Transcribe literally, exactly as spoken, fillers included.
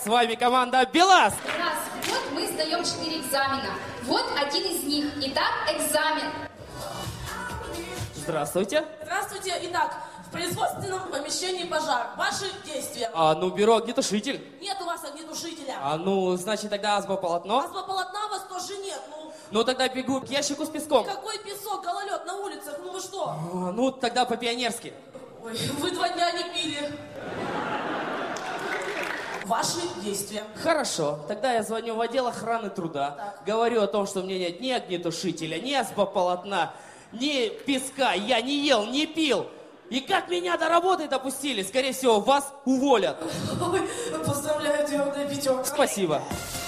с вами команда БелАЗ. БелАЗ, вот мы сдаем четыре экзамена. Вот один из них. Итак, экзамен. Здравствуйте. Здравствуйте. Итак, в производственном помещении пожар. Ваши действия. А, ну, беру огнетушитель. Нет у вас огнетушителя. А, ну, значит, тогда азбополотно. Азбополотна у вас тоже нет. Ну, Ну, тогда бегу к ящику с песком. какой песок, гололед на улицах, ну вы что? А, ну, тогда по-пионерски. Ой, вы два дня не пили. Ваши действия. Хорошо, тогда я звоню в отдел охраны труда, Так. говорю о том, что у меня нет ни огнетушителя, ни азбополотна, ни песка, я не ел, не пил. И как меня до работы допустили? Скорее всего, вас уволят. Ой, поздравляю, твердая пятерка. Спасибо.